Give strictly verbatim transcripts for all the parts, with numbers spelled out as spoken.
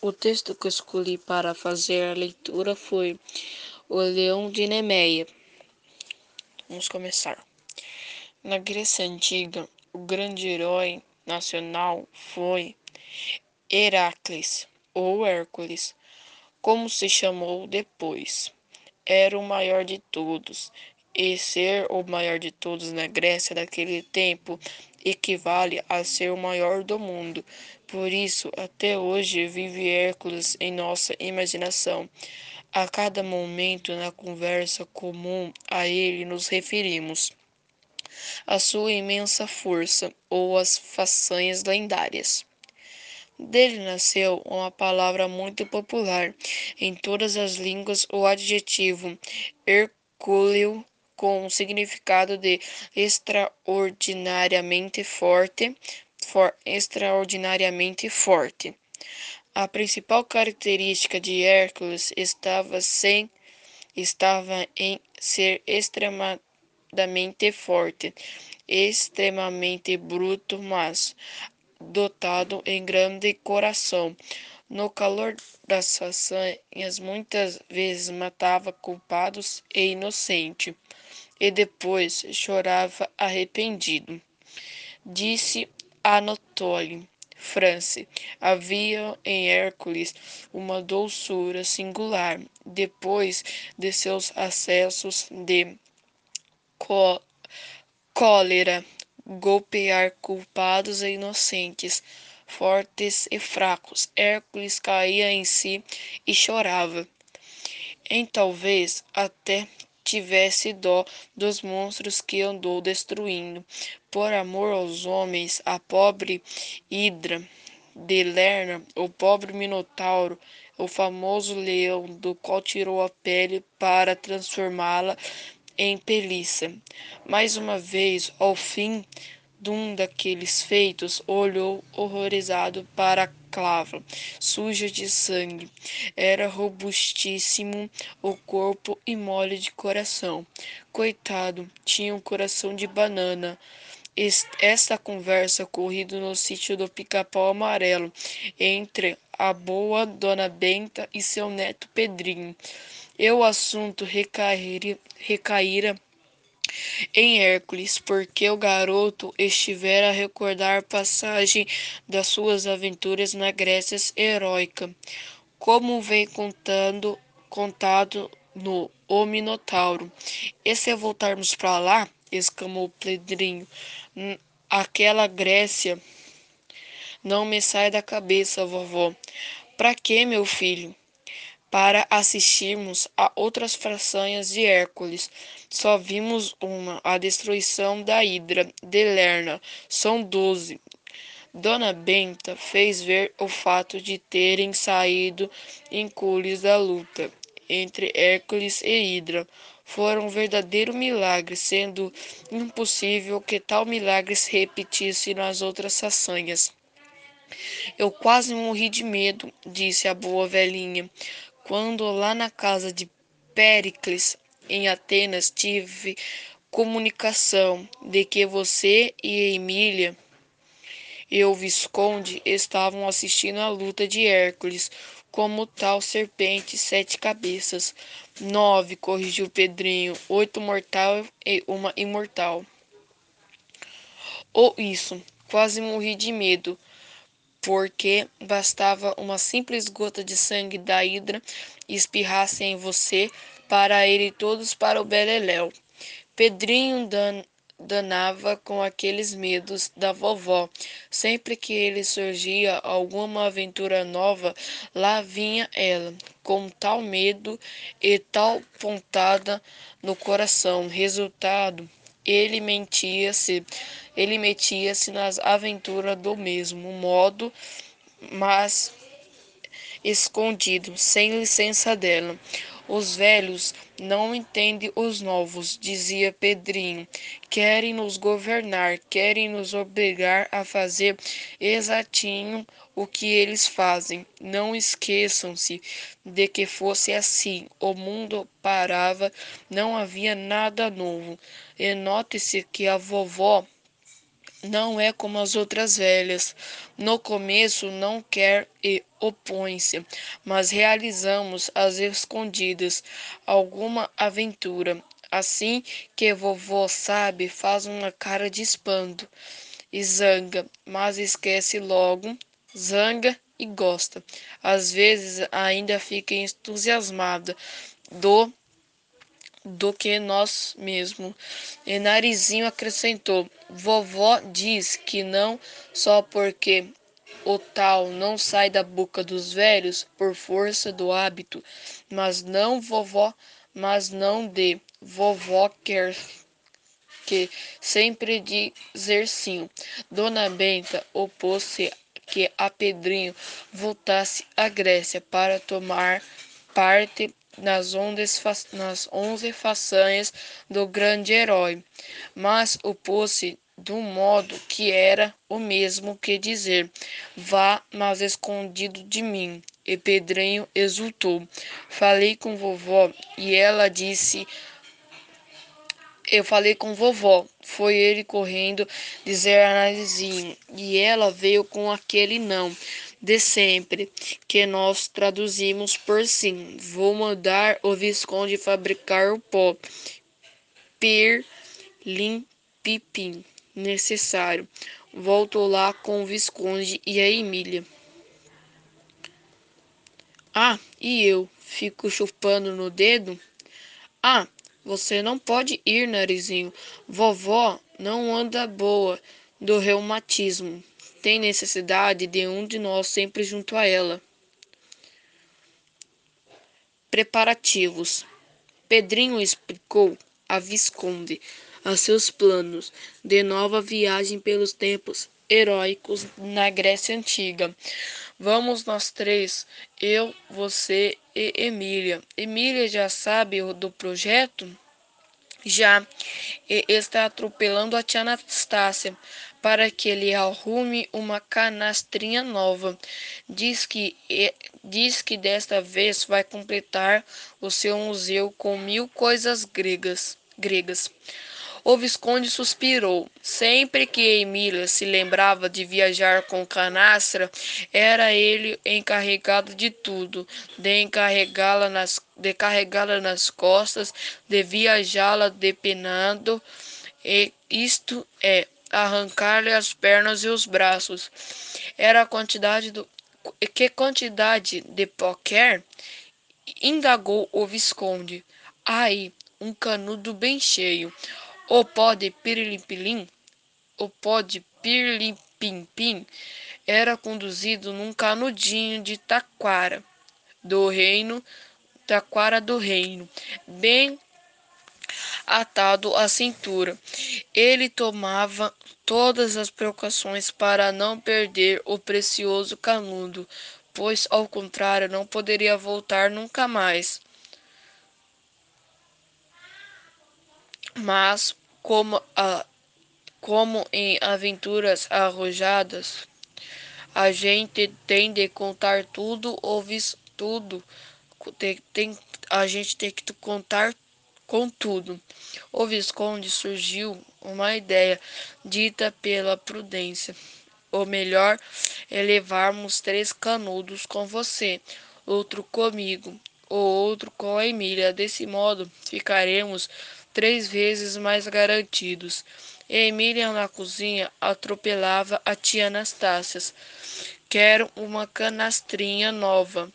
O texto que eu escolhi para fazer a leitura foi O Leão de Nemeia. Vamos começar. Na Grécia Antiga, o grande herói nacional foi Heracles, ou Hércules, como se chamou depois. Era o maior de todos, e ser o maior de todos na Grécia daquele tempo equivale a ser o maior do mundo. Por isso, até hoje vive Hércules em nossa imaginação. A cada momento na conversa comum a ele nos referimos, a sua imensa força ou as façanhas lendárias. Dele nasceu uma palavra muito popular em todas as línguas, o adjetivo hercúleo, com o significado de extraordinariamente forte, for, extraordinariamente forte. A principal característica de Hércules estava, sem, estava em ser extremadamente forte, extremamente bruto, mas dotado em grande coração. No calor das façanhas, muitas vezes matava culpados e inocentes, e depois chorava arrependido. Disse Anatole France: havia em Hércules uma doçura singular. Depois de seus acessos de có cólera, golpear culpados e inocentes, fortes e fracos, Hércules caía em si e chorava. Em talvez até tivesse dó dos monstros que andou destruindo. Por amor aos homens, a pobre Hidra de Lerna, o pobre Minotauro, o famoso leão do qual tirou a pele para transformá-la em peliça. Mais uma vez, ao fim de um daqueles feitos, olhou horrorizado para a clava, suja de sangue. Era robustíssimo o corpo e mole de coração. Coitado, tinha um coração de banana. Esta conversa ocorrida no sítio do Pica-Pau Amarelo, entre a boa Dona Benta e seu neto Pedrinho. E o assunto recaíra, recaíra em Hércules, porque o garoto estivera a recordar passagem das suas aventuras na Grécia heróica, como vem contando, contado no O Minotauro. E se voltarmos para lá, exclamou Pedrinho, aquela Grécia não me sai da cabeça, vovó. Para que, meu filho? Para assistirmos a outras façanhas de Hércules. Só vimos uma, a destruição da Hidra de Lerna. São doze. Dona Benta fez ver o fato de terem saído incules da luta entre Hércules e Hidra. Foram um verdadeiro milagre, sendo impossível que tal milagre se repetisse nas outras façanhas. Eu quase morri de medo, disse a boa velhinha, quando lá na casa de Péricles, em Atenas, tive comunicação de que você e Emília e o Visconde estavam assistindo à luta de Hércules, como tal serpente sete cabeças. Nove, corrigiu Pedrinho, oito mortal e uma imortal. Ou isso, quase morri de medo, porque bastava uma simples gota de sangue da hidra espirrasse em você para irem todos para o beleléu. Pedrinho dan danava com aqueles medos da vovó. Sempre que ele surgia alguma aventura nova, lá vinha ela, com tal medo e tal pontada no coração. Resultado, ele mentia-se, ele metia-se nas aventuras do mesmo modo, mas escondido, sem licença dela. Os velhos não entendem os novos, dizia Pedrinho. Querem nos governar, querem nos obrigar a fazer exatinho o que eles fazem. Não esqueçam-se de que fosse assim. O mundo parava, não havia nada novo. E note-se que a vovó não é como as outras velhas. No começo não quer e opõe-se, mas realizamos às escondidas alguma aventura. Assim que vovó sabe, faz uma cara de espanto e zanga, mas esquece logo, zanga e gosta. Às vezes ainda fica entusiasmada do do que nós mesmos. E Narizinho acrescentou: Vovó diz que não só porque o tal não sai da boca dos velhos por força do hábito, mas não vovó, mas não de vovó quer que sempre dizer sim. Dona Benta opôs-se que a Pedrinho voltasse à Grécia para tomar parte nas, ondas, nas onze façanhas do grande herói, mas opôs-se de um modo que era o mesmo que dizer: vá, mas escondido de mim. E Pedrinho exultou. Falei com vovó e ela disse eu falei com vovó, foi ele correndo dizer a Narizinho, e ela veio com aquele não de sempre, que nós traduzimos por sim. Vou mandar o Visconde fabricar o pó pirlim-pipim necessário. Voltou lá com o Visconde e a Emília. Ah, e eu? Fico chupando no dedo? Ah, você não pode ir, Narizinho. Vovó não anda boa do reumatismo. Tem necessidade de um de nós sempre junto a ela. Preparativos. Pedrinho explicou a Visconde a seus planos de nova viagem pelos tempos heróicos na Grécia Antiga. Vamos nós três, eu, você e Emília. Emília já sabe do projeto? Já e está atropelando a tia Anastácia para que ele arrume uma canastrinha nova. Diz que, diz que desta vez vai completar o seu museu com mil coisas gregas. gregas. O Visconde suspirou. Sempre que Emília se lembrava de viajar com canastra, era ele encarregado de tudo, de encarregá-la nas, de carregá-la nas costas, de viajá-la depenando, e isto é, arrancar-lhe as pernas e os braços. Era a quantidade do que quantidade de pó quer? Indagou o Visconde. Ai, um canudo bem cheio. O pó de pirlimpilim, o pó de pirlimpimpim, era conduzido num canudinho de taquara do reino, taquara do reino, bem atado à cintura. Ele tomava todas as precauções para não perder o precioso canudo, pois, ao contrário, não poderia voltar nunca mais. Mas, como, a, como em aventuras arrojadas, a gente tem de contar tudo, ouve tudo. Tem, tem, a gente tem que contar com tudo. O Visconde surgiu uma ideia dita pela prudência. O melhor é levarmos três canudos com você, outro comigo, o outro com a Emília. Desse modo, ficaremos três vezes mais garantidos. E Emília na cozinha atropelava a tia Anastácia. Quero uma canastrinha nova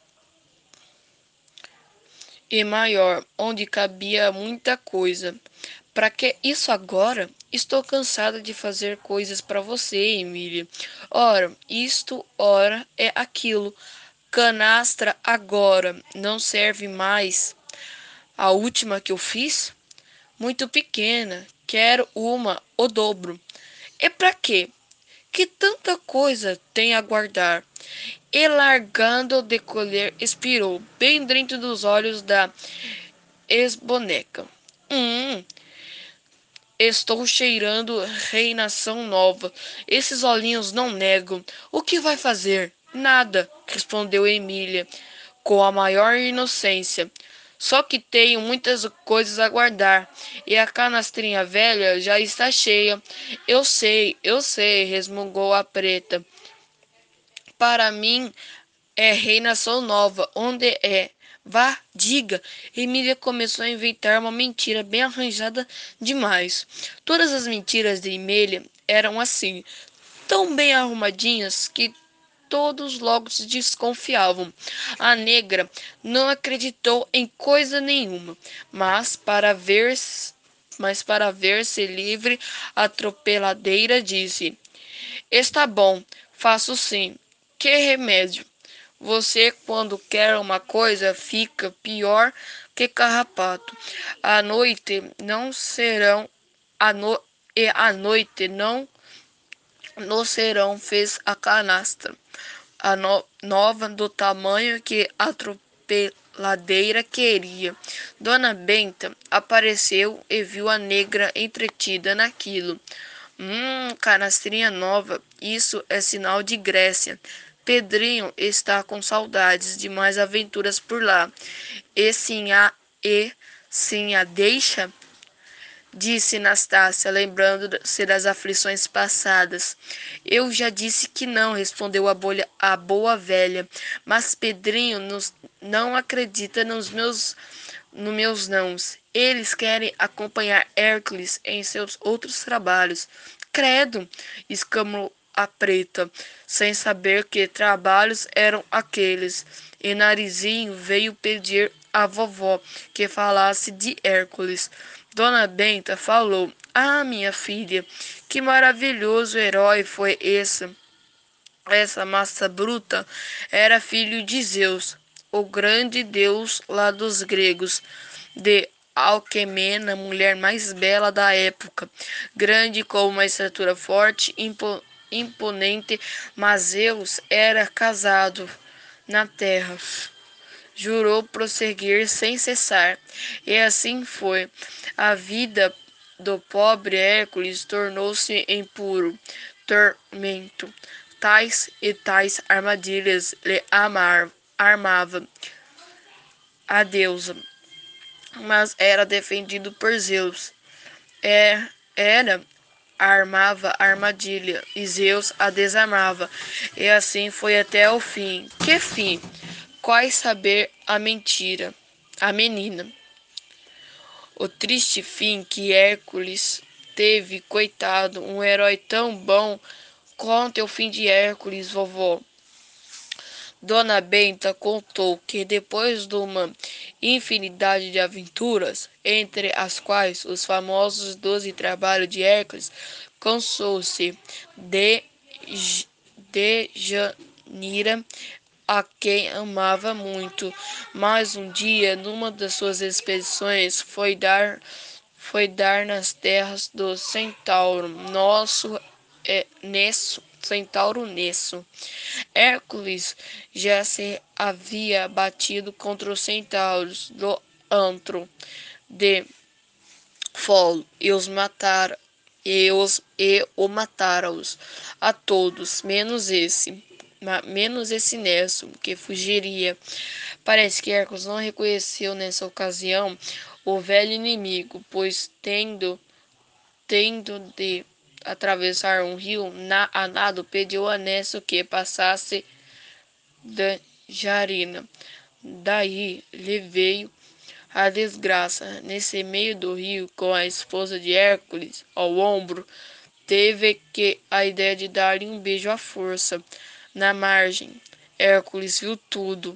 e maior, onde cabia muita coisa. Para que isso agora? Estou cansada de fazer coisas para você, Emília. Ora, isto, ora, é aquilo. Canastra agora não serve mais. A última que eu fiz? Muito pequena. Quero uma, o dobro. E para quê? Que tanta coisa tem a guardar? E largando de colher, expirou bem dentro dos olhos da ex-boneca. Hum, estou cheirando reinação nova. Esses olhinhos não negam. O que vai fazer? Nada, respondeu Emília, com a maior inocência. Só que tenho muitas coisas a guardar, e a canastrinha velha já está cheia. Eu sei, eu sei, resmungou a preta. Para mim é reinação nova. Onde é? Vá, diga. Emília começou a inventar uma mentira bem arranjada demais. Todas as mentiras de Emília eram assim, tão bem arrumadinhas que todos logo se desconfiavam. A negra não acreditou em coisa nenhuma, mas para ver mas para ver-se livre, a atropeladeira disse: Está bom, faço sim. Que remédio? Você, quando quer uma coisa, fica pior que carrapato. À noite não serão a no, e à noite não no serão fez a canastra, a no, nova do tamanho que a atropeladeira queria. Dona Benta apareceu e viu a negra entretida naquilo. Hum, canastrinha nova, isso é sinal de Grécia. Pedrinho está com saudades de mais aventuras por lá. E sim a e sim a deixa, disse Nastácia, lembrando-se das aflições passadas. Eu já disse que não, respondeu a, bolha, a boa velha. Mas Pedrinho nos, não acredita nos meus, nos meus nãos. Eles querem acompanhar Hércules em seus outros trabalhos. Credo! Exclamou a preta, sem saber que trabalhos eram aqueles. E Narizinho veio pedir à vovó que falasse de Hércules. Dona Benta falou: Ah, minha filha, que maravilhoso herói foi esse! Essa massa bruta era filho de Zeus, o grande deus lá dos gregos, de Alquemena, mulher mais bela da época, grande com uma estatura forte, impo imponente, mas Zeus era casado na terra. Jurou prosseguir sem cessar, e assim foi. A vida do pobre Hércules tornou-se em puro tormento. Tais e tais armadilhas lhe amar, armava a deusa, mas era defendido por Zeus. É, era armava a armadilha e Zeus a desarmava, e assim foi até o fim. Que fim? Quais saber a mentira? A menina. O triste fim que Hércules teve, coitado, um herói tão bom. Conte o fim de Hércules, vovó. Dona Benta contou que depois de uma infinidade de aventuras, entre as quais os famosos doze trabalhos de Hércules, cansou-se de, de Janira, a quem amava muito. Mas um dia, numa das suas expedições, foi dar foi dar nas terras do Centauro, nosso é, Nesso, Centauro Nesso. Hércules já se havia batido contra os centauros do antro de Folo e os mataram e, os, e o mataram-os a todos, menos esse, menos esse Nesso, que fugiria. Parece que Hércules não reconheceu nessa ocasião o velho inimigo, pois tendo, tendo de atravessar um rio na, a nado, pediu a Nesso que passasse da Jarina. Daí lhe veio a desgraça. Nesse meio do rio, com a esposa de Hércules ao ombro, teve que a ideia de dar-lhe um beijo à força. Na margem, Hércules viu tudo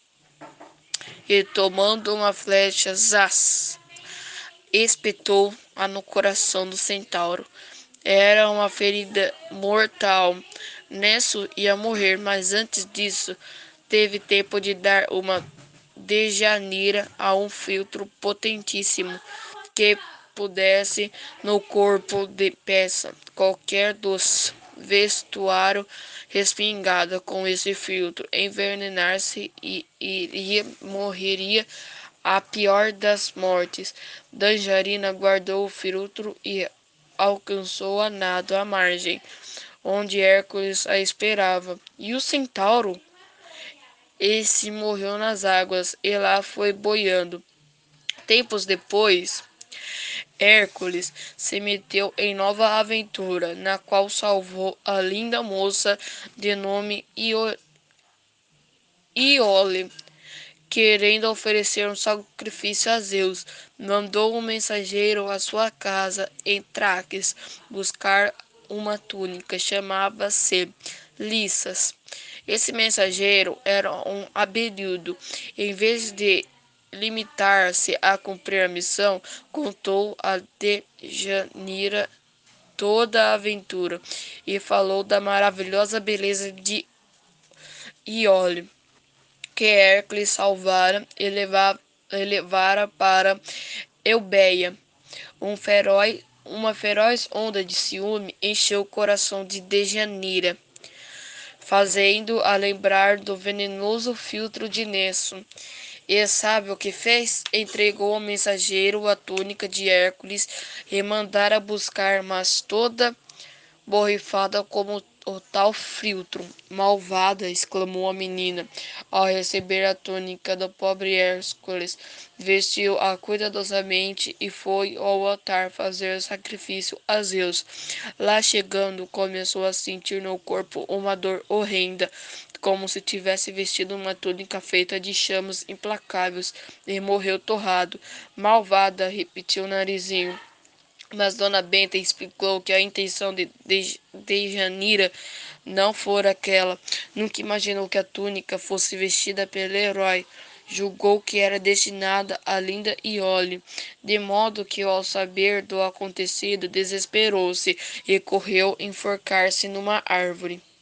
e, tomando uma flecha, zás, espetou-a no coração do centauro. Era uma ferida mortal. Nesso ia morrer, mas antes disso teve tempo de dar uma dejaneira a um filtro potentíssimo que pudesse no corpo de peça qualquer dos vestuário respingada com esse filtro, envenenar-se e iria morreria a pior das mortes. Danjarina guardou o filtro e alcançou a nado à margem, onde Hércules a esperava. E o centauro? Esse morreu nas águas e lá foi boiando. Tempos depois, Hércules se meteu em nova aventura, na qual salvou a linda moça de nome Io- Iole. Querendo oferecer um sacrifício a Zeus, mandou um mensageiro à sua casa em Traques buscar uma túnica, chamava-se Lissas. Esse mensageiro era um abelhudo. Em vez de limitar-se a cumprir a missão, contou a Dejanira toda a aventura e falou da maravilhosa beleza de Iole, que Hércules salvara e leva- e levara para Eubeia. Um feroz, uma feroz onda de ciúme encheu o coração de Dejanira, fazendo-a lembrar do venenoso filtro de Nesso. E sabe o que fez? Entregou ao mensageiro a túnica de Hércules e mandara buscar, mas toda borrifada como o tal filtro. Malvada! Exclamou a menina, ao receber a túnica do pobre Hércules. Vestiu-a cuidadosamente e foi ao altar fazer sacrifício a Zeus. Lá chegando, começou a sentir no corpo uma dor horrenda, como se tivesse vestido uma túnica feita de chamas implacáveis, e morreu torrado. Malvada! Repetiu o narizinho. Mas Dona Benta explicou que a intenção de Deijanira não fora aquela. Nunca imaginou que a túnica fosse vestida pelo herói. Julgou que era destinada a linda Iole, de modo que, ao saber do acontecido, desesperou-se e correu enforcar-se numa árvore.